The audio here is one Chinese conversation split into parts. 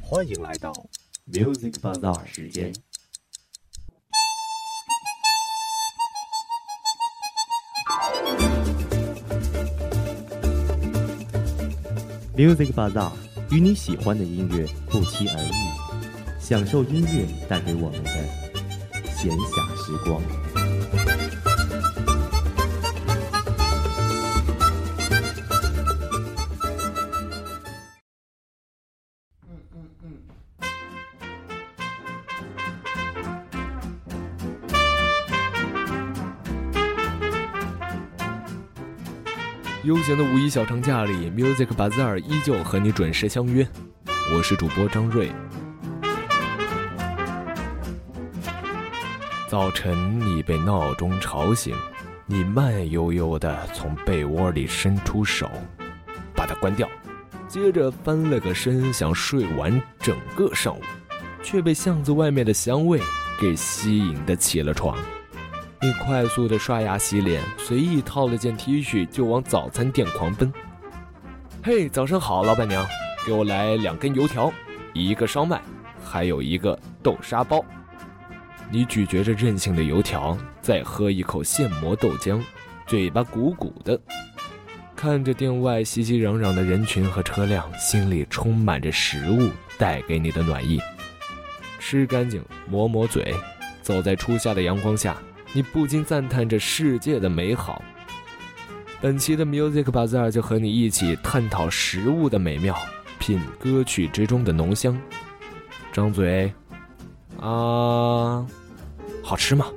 欢迎来到 Music Bazaar 时间。Music Bazaar 与你喜欢的音乐不期而遇，享受音乐带给我们的闲暇时光。 悠闲的五一小长假里 Music Bazaar 依旧和你准时相约，我是主播张瑞。早晨你被闹钟吵醒，你慢悠悠地从被窝里伸出手把它关掉，接着翻了个身想睡完整个上午，却被巷子外面的香味给吸引地起了床。你快速地刷牙洗脸，随意套了件 T 恤就往早餐店狂奔。嘿，早上好，老板娘，给我来2根油条，1个烧麦，还有1个豆沙包。你咀嚼着任性的油条，再喝一口现磨豆浆，嘴巴鼓鼓的，看着店外熙熙攘攘的人群和车辆，心里充满着食物带给你的暖意。吃干净，抹抹嘴，走在初夏的阳光下，你不禁赞叹着世界的美好。本期的 Music Bazaar 就和你一起探讨食物的美妙，品歌曲之中的浓香。张嘴啊，好吃吗？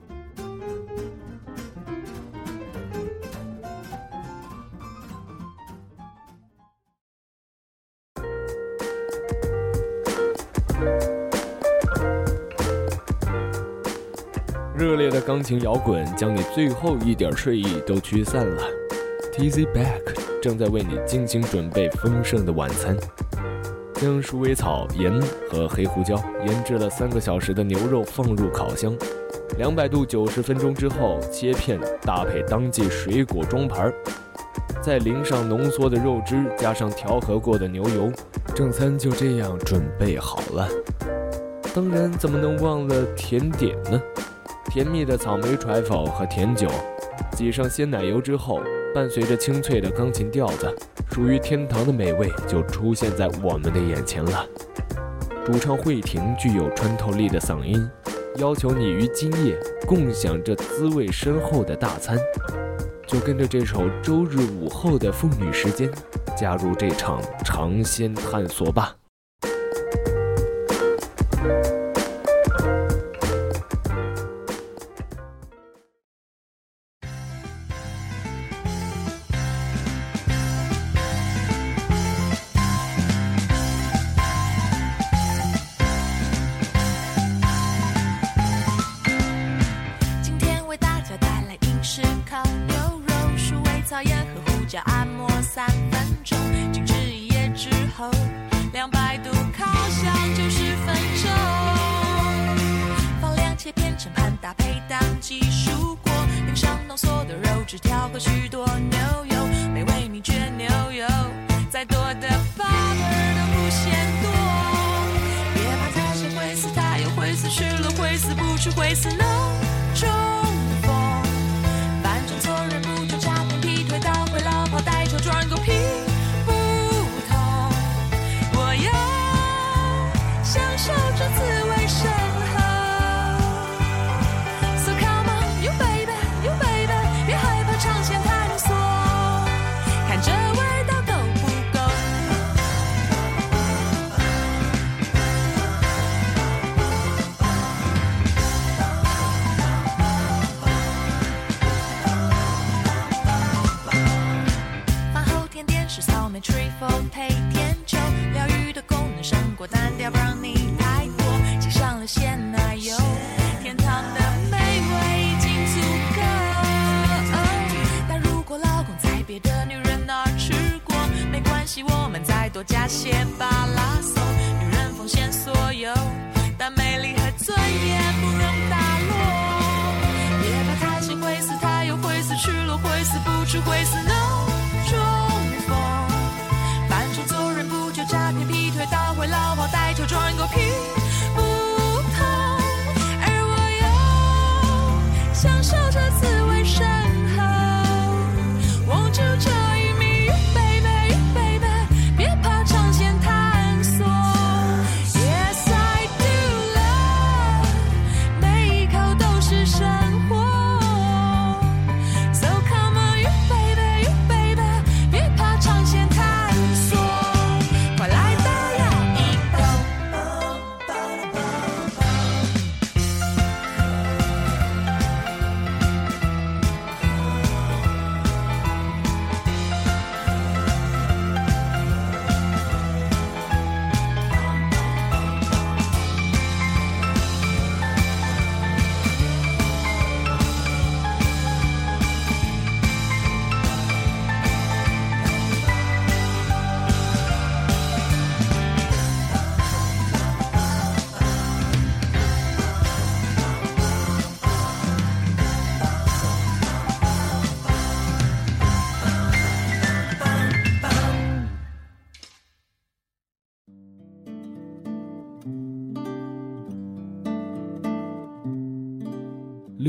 热烈的钢琴摇滚将你最后一点睡意都驱散了。TZ Back 正在为你精心准备丰盛的晚餐，将鼠尾草、盐和黑胡椒腌制了3个小时的牛肉放入烤箱，200度90分钟之后切片，搭配当季水果装盘，再淋上浓缩的肉汁，加上调和过的牛油，正餐就这样准备好了。当然，怎么能忘了甜点呢？甜蜜的草莓trifle和甜酒，挤上鲜奶油之后，伴随着清脆的钢琴调子，属于天堂的美味就出现在我们的眼前了。主唱慧婷具有穿透力的嗓音，要求你于今夜共享这滋味深厚的大餐。就跟着这首周日午后的妇女时间，加入这场尝鲜探索吧。 按摩3分钟，静置1夜之后，200度烤箱90分钟，放2切片成盘，搭配当季蔬果，淋上浓缩的肉汁，调和许多牛油，美味秘诀牛油，再多的 butter 都不嫌多。别怕它是会死，它又会死，吃了会死，不吃会死，no中风。反正做人不就诈骗劈腿倒回老婆带头转个屁不痛，我要享受这滋味深厚。 So come on you baby you baby， 别害怕尝鲜探索，看这味道够不够。饭后甜点是草莓 trifle 配甜酒，疗愈的功能胜过单调 brownie 太多，加上了鲜奶油，天堂的美味已经足够。但如果老公在别的女人那儿吃过，没关系，我们再多加些巴拉松。女人奉献所有，但美丽和尊严不容打落。别怕它是会死，它又会死，吃了会死，不吃会死 ，no 中风。反正做人不就诈骗劈腿倒回老婆带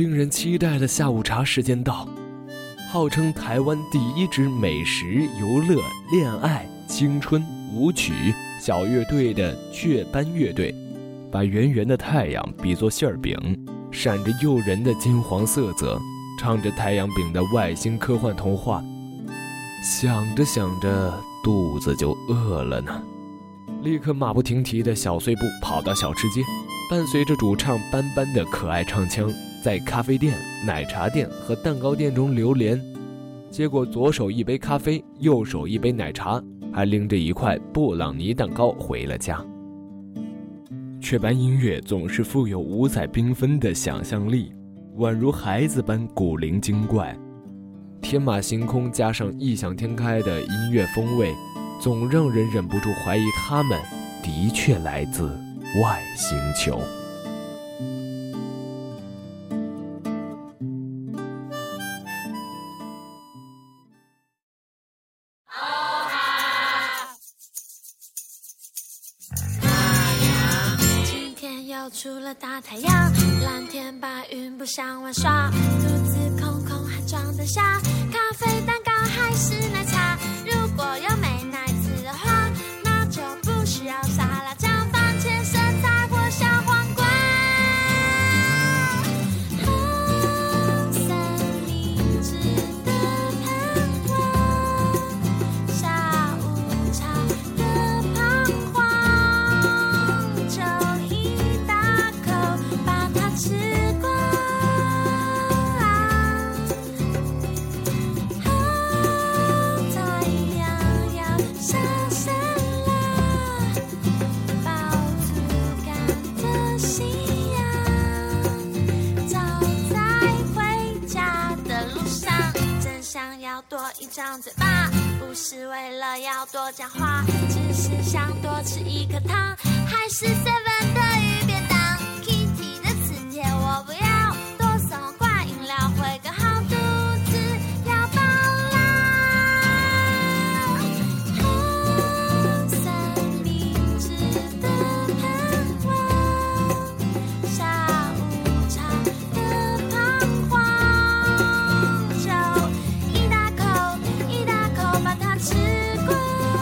令人期待的下午茶时间到，号称台湾第一支美食、游乐、恋爱、青春、舞曲小乐队的雀斑乐队，把圆圆的太阳比作馅饼，闪着诱人的金黄色泽，唱着太阳饼的外星科幻童话。想着想着，肚子就饿了呢，立刻马不停蹄的小碎步跑到小吃街，伴随着主唱斑斑的可爱唱腔，在咖啡店、奶茶店和蛋糕店中流连。结果左手一杯咖啡，右手一杯奶茶，还拎着一块布朗尼蛋糕回了家。雀斑音乐总是富有五彩缤纷的想象力，宛如孩子般古灵精怪，天马行空加上异想天开的音乐风味，总让人忍不住怀疑他们的确来自外星球。 今天又出了大太阳，蓝天白云不想玩耍，肚子空空还装得下咖啡、蛋糕还是奶茶。如果有美乃滋的话，那就不需要沙拉酱、番茄、生菜或小黄瓜。三明治的盼望，下午茶的彷徨，就一大口把它吃光。太阳要下山了，饱足感的夕阳照在回家的路上，真想要多一张嘴巴，不是为了要多讲话，只是想多吃一颗糖，还是 7的鱼便当。 Kitty 的磁铁我不要，多送罐饮料会更好，肚子要饱啦。三明治的盼望，下午茶的彷徨，就一大口一大口把它吃光。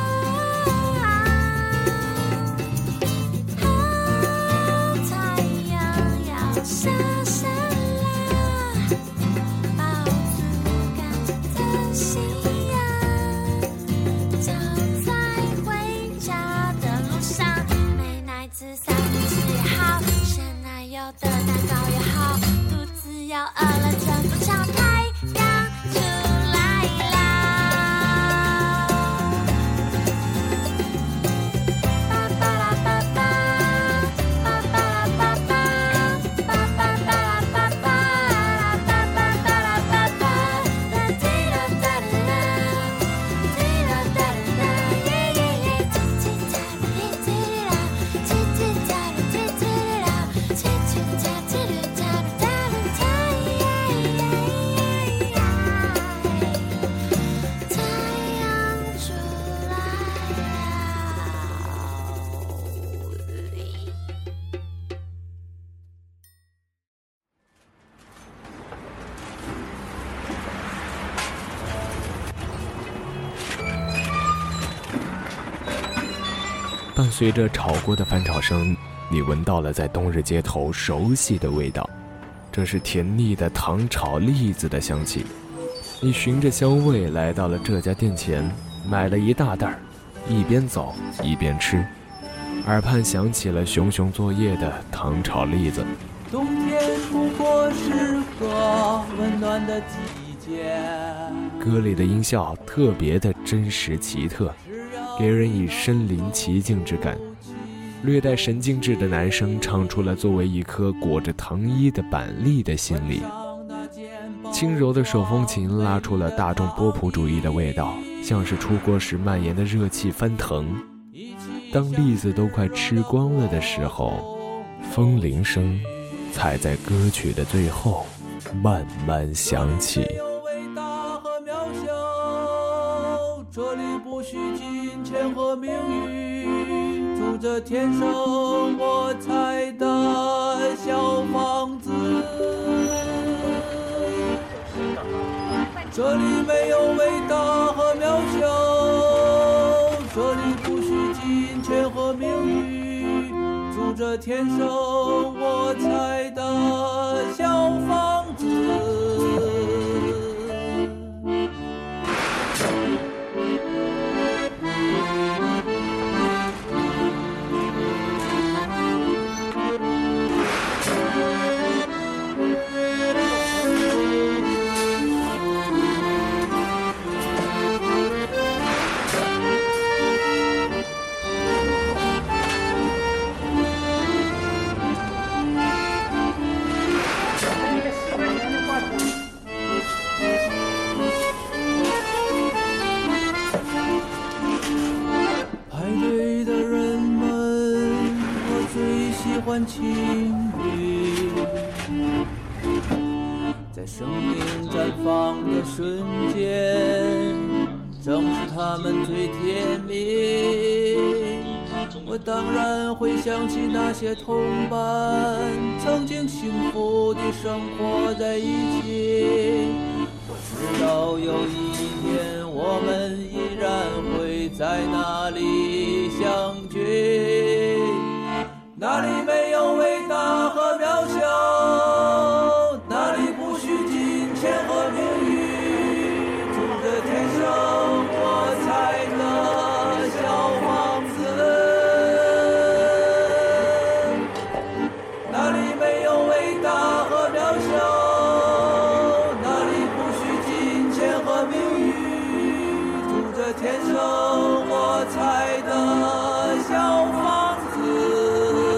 太阳要下山啦，饱足感的夕阳照在回家的路上，美乃滋三明治也好，鲜奶油的蛋糕也好，肚子要饿了真不唱太阳出来啦。巴巴拉巴巴，巴巴拉巴巴，巴巴巴拉巴巴，巴巴巴拉巴巴，啦滴啦哒啦啦，滴啦哒啦啦，耶耶耶，叽叽喳啦滴叽啦，叽叽喳啦滴叽啦，叽叽喳叽噜喳噜喳噜喳耶耶耶，太阳出来了。 伴随着炒锅的翻炒声，你闻到了在冬日街头熟悉的味道，这是甜腻的糖炒栗子的香气。你循着香味来到了这家店前，买了一大袋儿，一边走一边吃，耳畔响起了熊熊作业的糖炒栗子。 冬天不过是个温暖的季节， 歌里的音效特别的真实奇特，给人以身临其境之感。略带神经质的男声唱出了作为一颗裹着糖衣的板栗的心理。轻柔的手风琴拉出了大众波普主义的味道，像是出锅时蔓延的热气翻腾。当栗子都快吃光了的时候，风铃声才在歌曲的最后慢慢响起。 这里不需金钱和名誉，住着天生我材的小房子。 这里没有伟大和渺小，这里不需金钱和名誉，住着天生我材的小房子。情侣在生命绽放的瞬间，正是他们最甜蜜。我当然会想起那些同伴曾经幸福地生活在一起。我知道有一天我们依然会在那里相聚，那里没有伟大和渺小，那里不需金钱和名誉，住着天生我材的小房子，那里没有伟大和渺小，那里不需金钱和名誉，住着天生我材的小房子。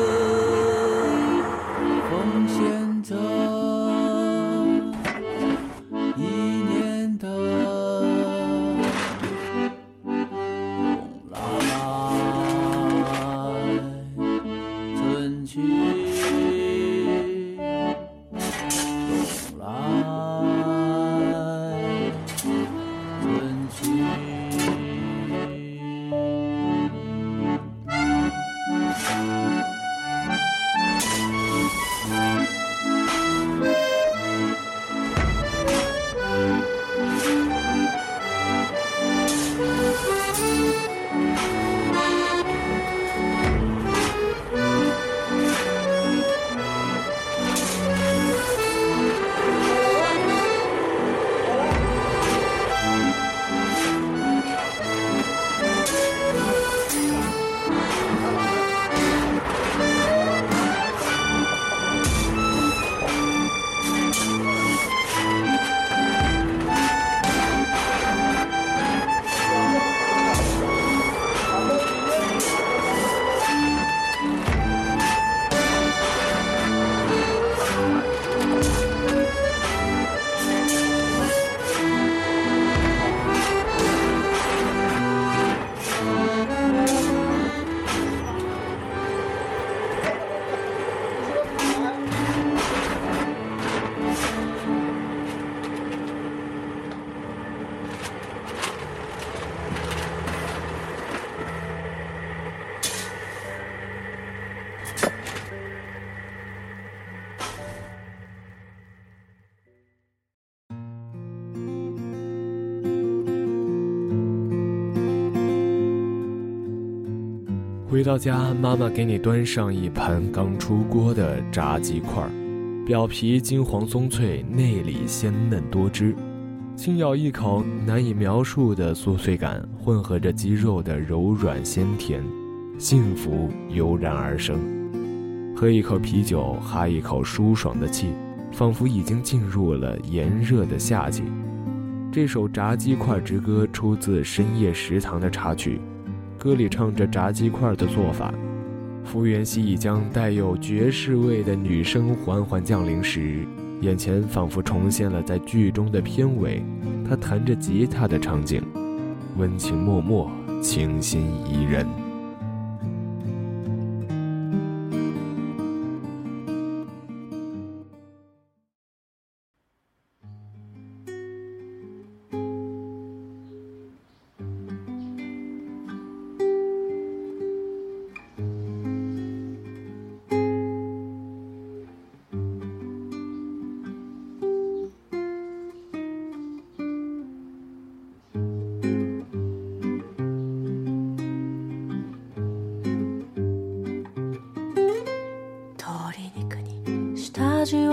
回到家，妈妈给你端上一盘刚出锅的炸鸡块，表皮金黄松脆，内里鲜嫩多汁，轻咬一口，难以描述的酥脆感混合着鸡肉的柔软鲜甜，幸福油然而生。喝一口啤酒，哈一口舒爽的气，仿佛已经进入了炎热的夏季。这首炸鸡块之歌出自深夜食堂的插曲，歌里唱着炸鸡块的做法。福原希已将带有爵士味的女声缓缓降临时，眼前仿佛重现了在剧中的片尾，她弹着吉他的场景，温情脉脉，清新宜人。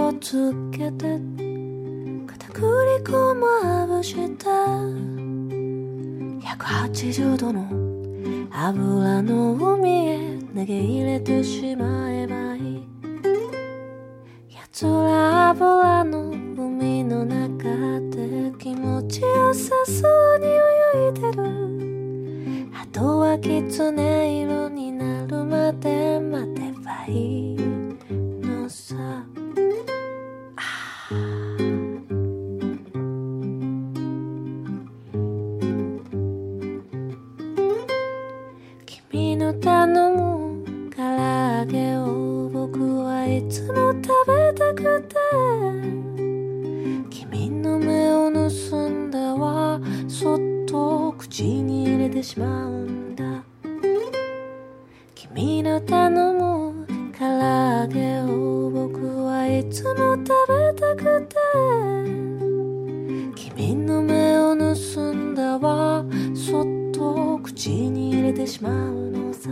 をつけて片栗粉もまぶして180度の油の海へ投げ入れてしまえばいい。奴ら油の海の中で気持ちよさそうに泳いでる。あとはきつね色になるまで待てばいいのさ。君の頼む唐揚げを僕はいつも食べたくて、君の目を盗んだわ、そっと口に入れてしまうんだ。君の頼む唐揚げを僕はいつも食べたくて、君の目を盗んだわ、そっと口に入れてしまうのさ。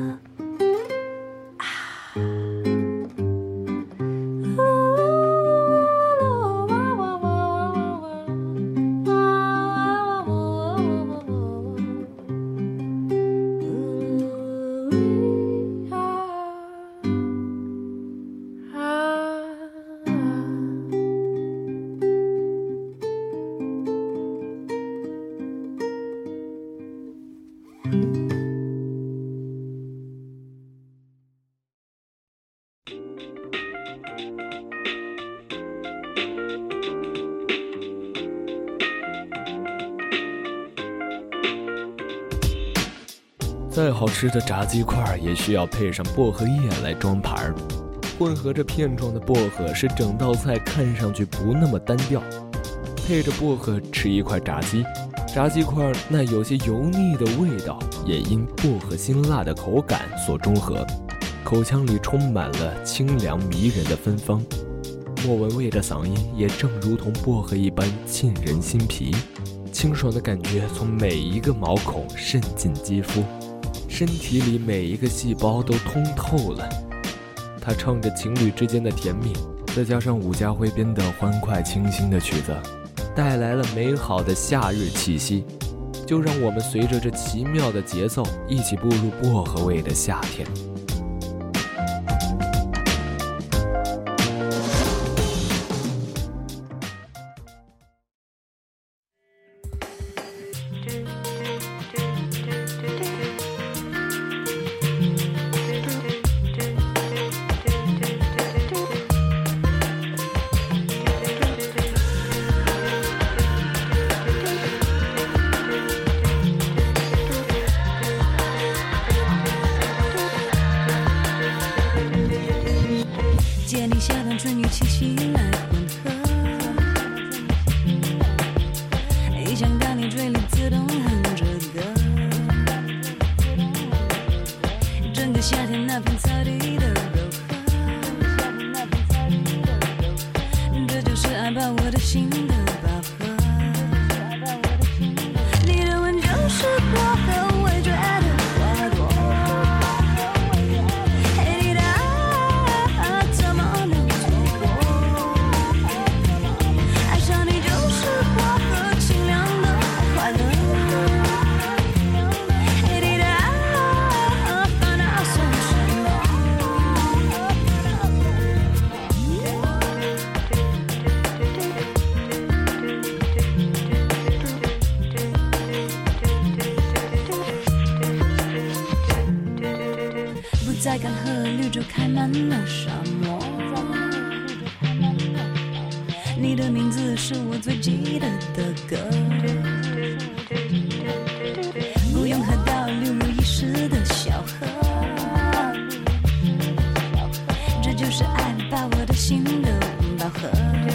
再好吃的炸鸡块也需要配上薄荷叶来装盘。混合着片状的薄荷使整道菜看上去不那么单调。配着薄荷吃一块炸鸡，炸鸡块那有些油腻的味道也因薄荷辛辣的口感所中和，口腔里充满了清凉迷人的芬芳。莫文蔚的嗓音也正如同薄荷一般沁人心脾，清爽的感觉从每一个毛孔渗进肌肤，身体里每一个细胞都通透了。他唱着情侣之间的甜蜜，再加上伍家辉编的欢快清新的曲子，带来了美好的夏日气息。就让我们随着这奇妙的节奏一起步入薄荷味的夏天。 借你夏天春雨气息来混合，一想到你嘴里自动哼着歌，整个夏天那片草地的柔和，这就是爱把我的心都饱和。你的吻就是薄荷味觉的花朵。在干涸绿洲开满了沙漠，你的名字是我最记得的歌，不用喝到流入遗失的小河，这就是爱把我的心都饱和。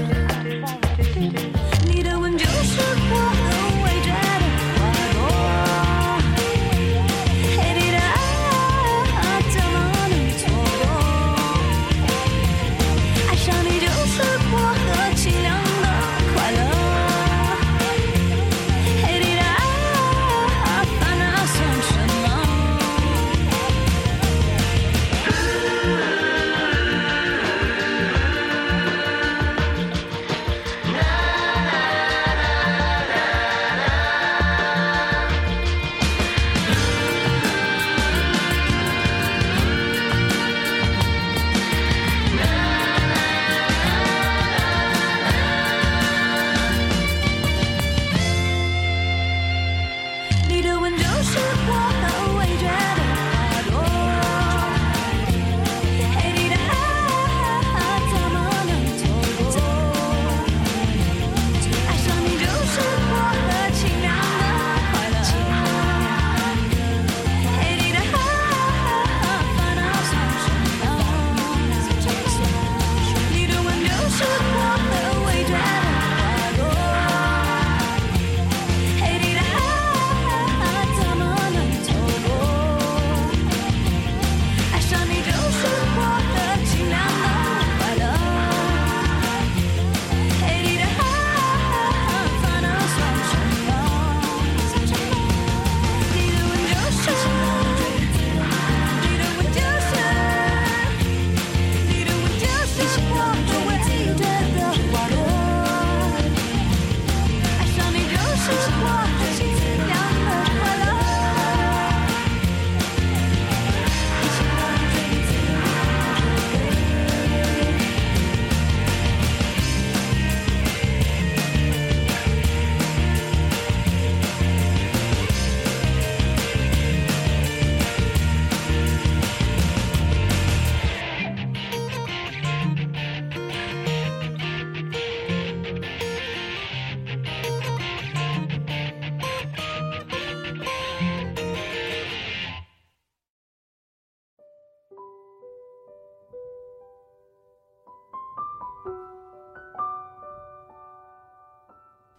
你的吻就是薄荷味觉的花朵，黑你的爱怎么能错过？爱上你就是薄荷清凉的快乐。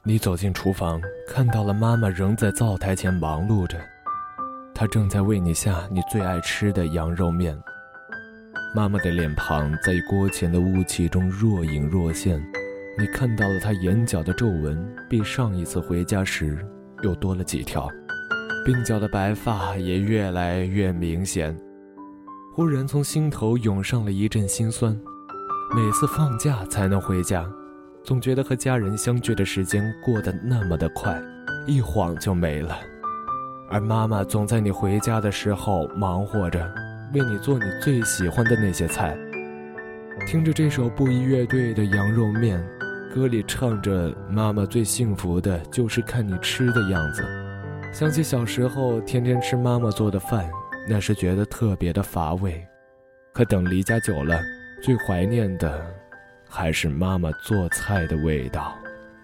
你走进厨房，看到了妈妈仍在灶台前忙碌着，她正在为你下你最爱吃的羊肉面。妈妈的脸庞在锅前的雾气中若隐若现，你看到了她眼角的皱纹比上一次回家时又多了几条，鬓角的白发也越来越明显。忽然从心头涌上了一阵心酸，每次放假才能回家，总觉得和家人相聚的时间过得那么的快，一晃就没了。而妈妈总在你回家的时候忙活着，为你做你最喜欢的那些菜。听着这首布衣乐队的《羊肉面》，歌里唱着妈妈最幸福的就是看你吃的样子。想起小时候天天吃妈妈做的饭，那时觉得特别的乏味，可等离家久了，最怀念的还是妈妈做菜的味道。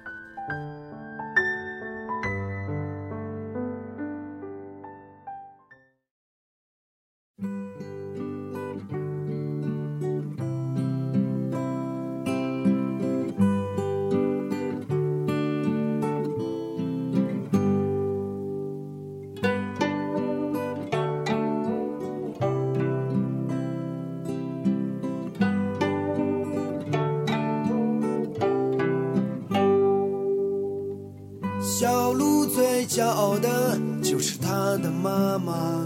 小鹿最骄傲的就是它的妈妈，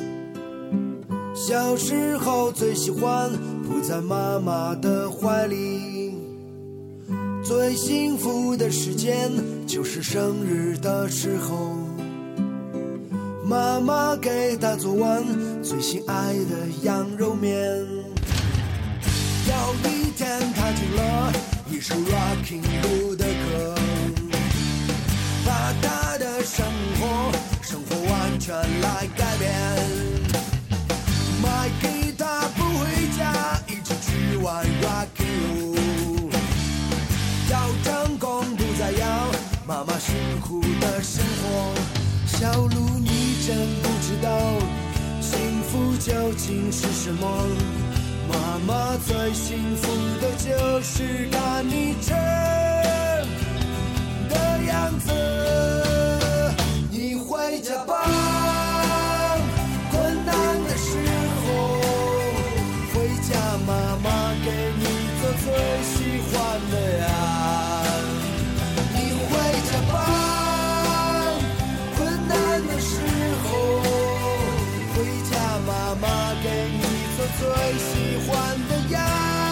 小时候最喜欢扑在妈妈的怀里，最幸福的时间就是生日的时候，妈妈给它做完最心爱的羊肉面。有一天它听了一首 Rocking Blue 的歌，把他的生活完全来改变，买给他不回家，一起去玩 Rocking Blue， 要成功不再要妈妈辛苦的生活。小鹿，你真不知道幸福究竟是什么，妈妈最幸福的就是看你吃的样子。你回家吧，困难的时候回家，妈妈给你做最喜欢的呀。你回家吧，困难的时候回家，妈妈给你做最喜欢的呀。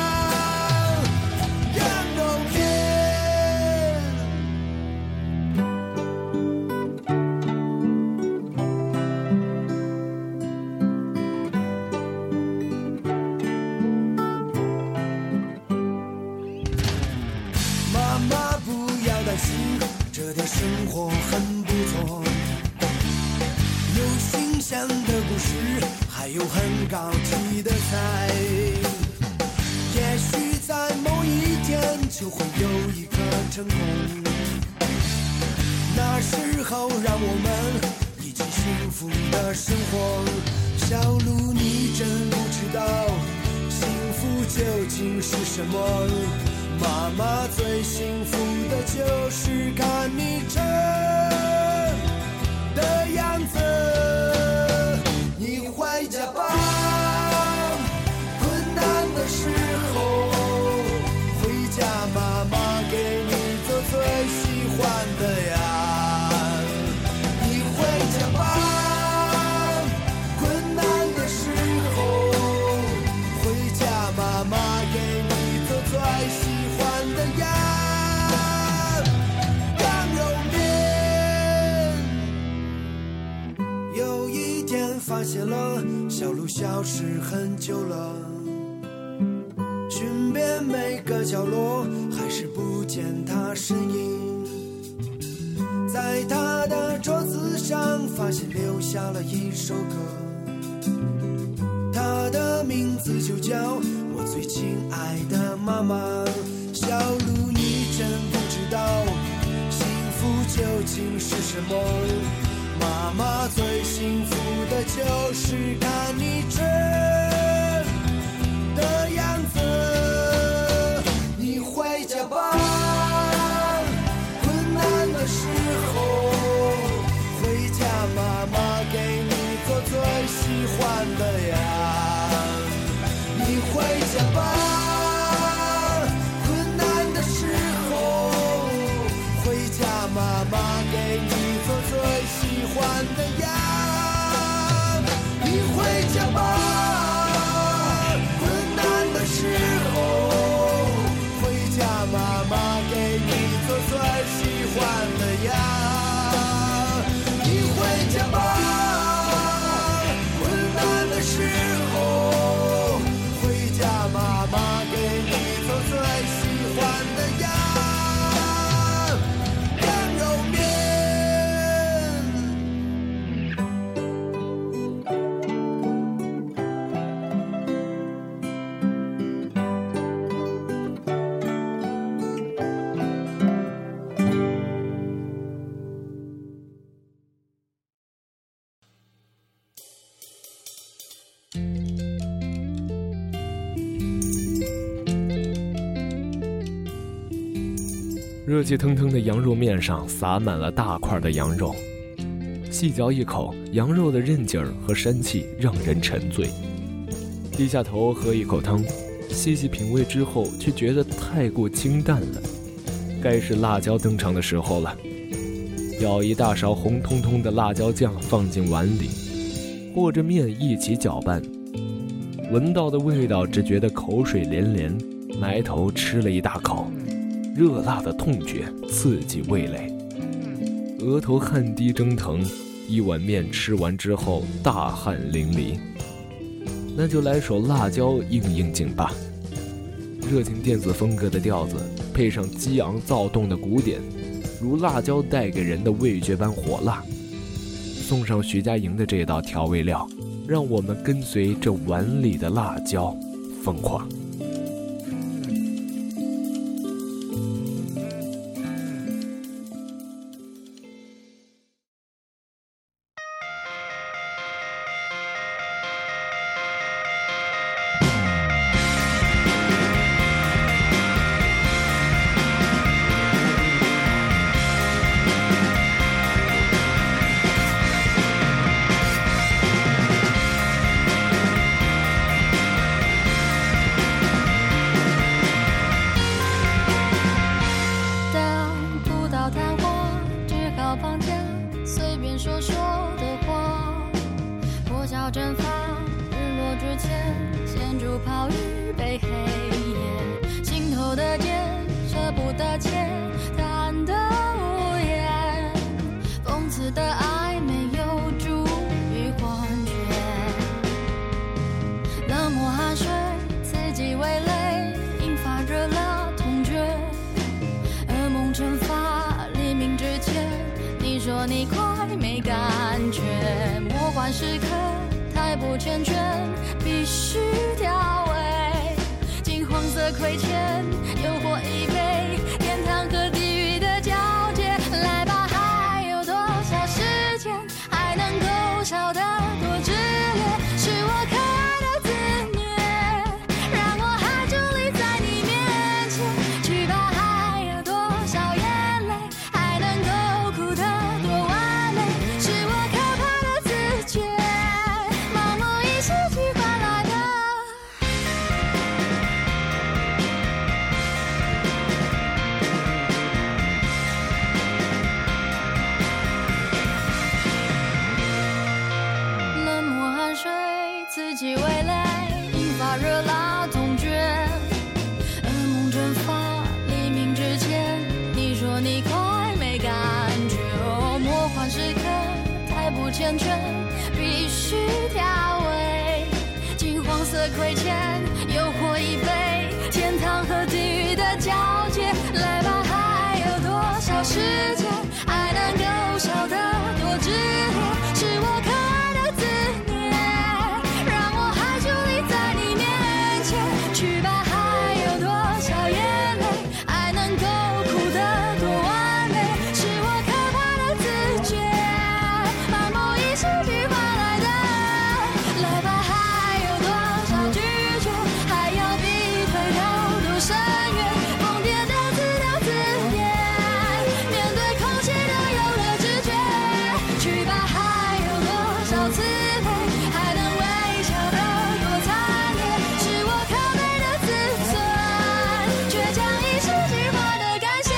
这点生活很不错，有新鲜的故事，还有很高级的菜，也许在某一天就会有一个成功，那时候让我们一起幸福的生活。小鹿，你真不知道幸福究竟是什么，妈妈最幸福的就是看你吃的样子。你回家吧，困难的时候回家，妈妈给你做最喜欢的呀。你回家吧，困难的时候回家，妈妈给你做最喜欢的呀，羊肉面。有一天发现了小鹿消失很久了，寻遍每个角落还是不见它身影，在他的桌子上发现留下了一首歌，他的名字就叫我最亲爱的妈妈。小鹿，你真不知道幸福究竟是什么，妈妈最幸福的就是看你吃的样子。你回家吧，困难家吧，困难的时候回家，妈妈给你做最喜欢的羊肉面。 热气腾腾的羊肉面上撒满了大块的羊肉，细嚼一口，羊肉的韧劲儿和膻气让人沉醉。低下头喝一口汤，细细品味之后，却觉得太过清淡了。该是辣椒登场的时候了。舀一大勺红彤彤的辣椒酱放进碗里，和着面一起搅拌。闻到的味道，只觉得口水连连，埋头吃了一大口。热辣的痛觉刺激味蕾，额头汗滴蒸腾，一碗面吃完之后大汗淋漓。那就来首辣椒应应景吧，热情电子风格的调子，配上激昂躁动的鼓点，如辣椒带给人的味觉般火辣。送上徐佳莹的这道调味料，让我们跟随这碗里的辣椒疯狂。 说你快没感觉，魔幻时刻太不缱绻，必须调味。金黄色亏欠，诱惑一杯，天堂和地狱的交界。来吧，还有多少时间，还能够笑得多炽烈？是我可爱的自虐，让我还伫立在你面前。去吧，还有多少眼泪，还能够哭得多完美？是我可怕的自觉，盲目以失去换来的。冷漠汗水刺激味蕾，引发热辣痛觉，噩梦蒸发黎明之前，你说你快没感觉。哦，魔幻时刻太不缱绻，必须调味。金黄色亏欠，诱惑一杯，天堂和地狱的交界。来吧，还有多少时间，还能够笑得多炽烈？是我可爱的自虐，让我还伫立在你面前。去吧，还有多少眼泪，还能够哭得多完美？是我可怕的自觉，盲目以失去换来的。来吧，还有多少拒绝，还要逼退到多深渊？疯癫的自导自演，面对空气都有了知觉。去吧，还有多少慈悲，还能微笑得多惨烈？是我可悲的自尊，倔强以失去换的感谢。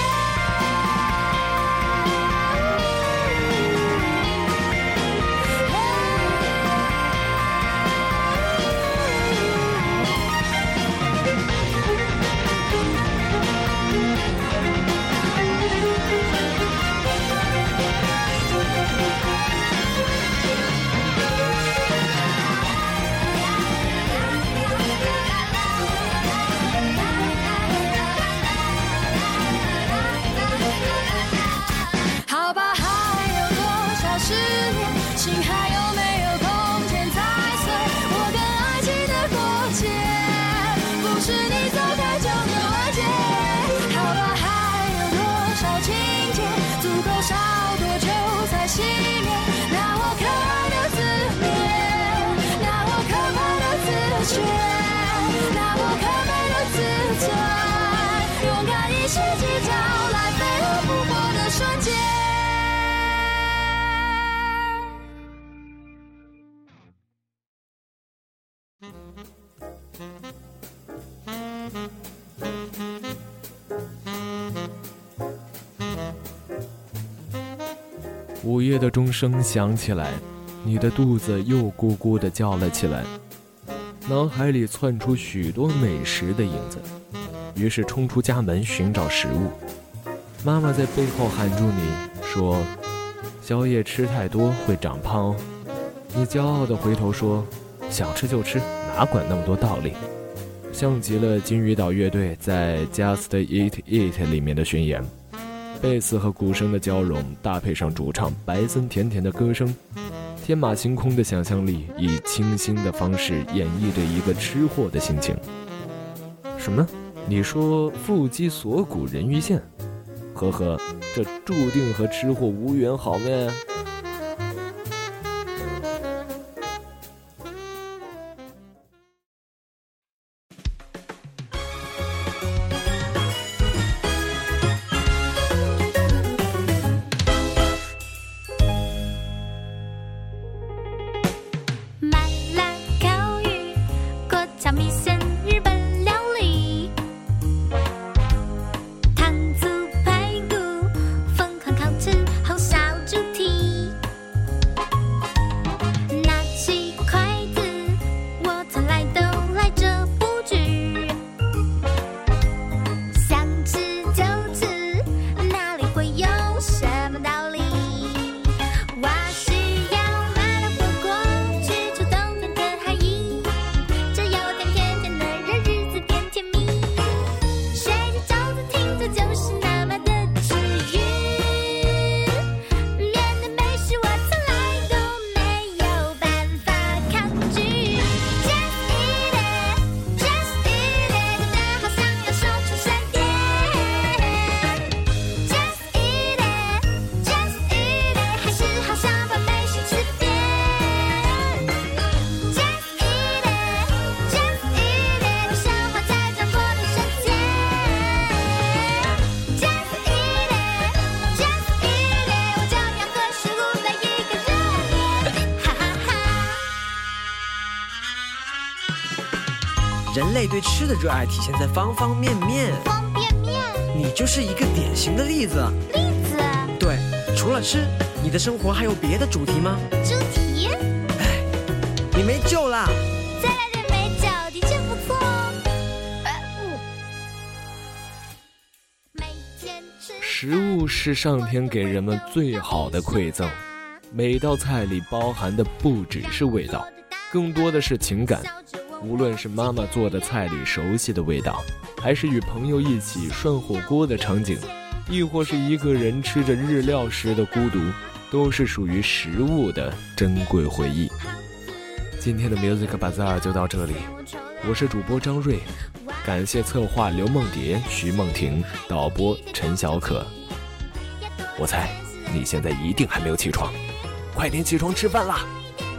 午夜的钟声响起来，你的肚子又咕咕地叫了起来，脑海里窜出许多美食的影子，于是冲出家门寻找食物。妈妈在背后喊住你说，宵夜吃太多会长胖哦。你骄傲地回头说，想吃就吃，哪管那么多道理，像极了金鱼岛乐队在 Just Eat It 里面的宣言。贝斯和鼓声的交融，搭配上主唱白森甜甜的歌声，天马行空的想象力以清新的方式演绎着一个吃货的心情。什么？你说腹肌锁骨人鱼线？呵呵，这注定和吃货无缘好咩？ 麻辣烤鱼、过桥米线、日本料理、糖醋排骨、疯狂烤翅、红烧猪蹄。拿起筷子，我从来都来这不拒，想吃就吃，哪里会有什么道理？我需要麻辣火锅，去除冬天的寒意，只有甜甜甜的让日子变甜蜜。水煮饺子听着就是那么的治愈，面对美食我从来都没有办法抗拒。Just eat it, just eat it， 真的好想要说出闪电。Just eat it, just eat it， 还是好想把美食吃遍。Just eat it, just eat it， 不想花在掌握的瞬间。Just eat it, just eat it， 我就要和食物来一个热恋，哈哈哈。 人类对吃的热爱体现在方方面面， 方便面、 你就是一个典型的例子。 栗子、 对，除了吃，你的生活还有别的主题吗？ 猪蹄， 你没救啦！ 再来点美酒，的确不错哦。每天吃食物是上天给人们最好的馈赠，每道菜里包含的不只是味道，更多的是情感。无论是妈妈做的菜里熟悉的味道，还是与朋友一起涮火锅的场景，亦或是一个人吃着日料时的孤独，都是属于食物的珍贵回忆。今天的 Music Bazaar 就到这里，我是主播张瑞，感谢策划刘梦蝶、徐梦婷，导播陈小可。我猜你现在一定还没有起床，快点起床吃饭啦！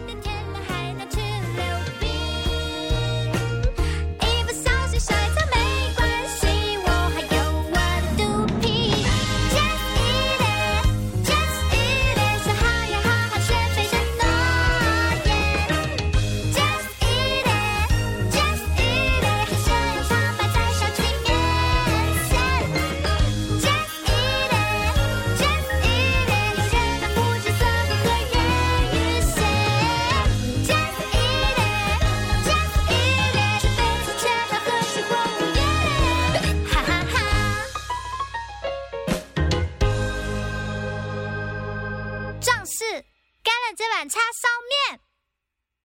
一不小心摔跤没关系，我还有我的肚皮。Just eat it, just eat it， 说好要好好学会承诺。Just eat it, just eat it， 还是要常摆在手机面前。Just eat it, just eat it， 有人能不知色不可言语线。Just eat it, just eat it， 是杯子却要和食货无缘，哈哈哈。壮士，干了这碗叉烧面。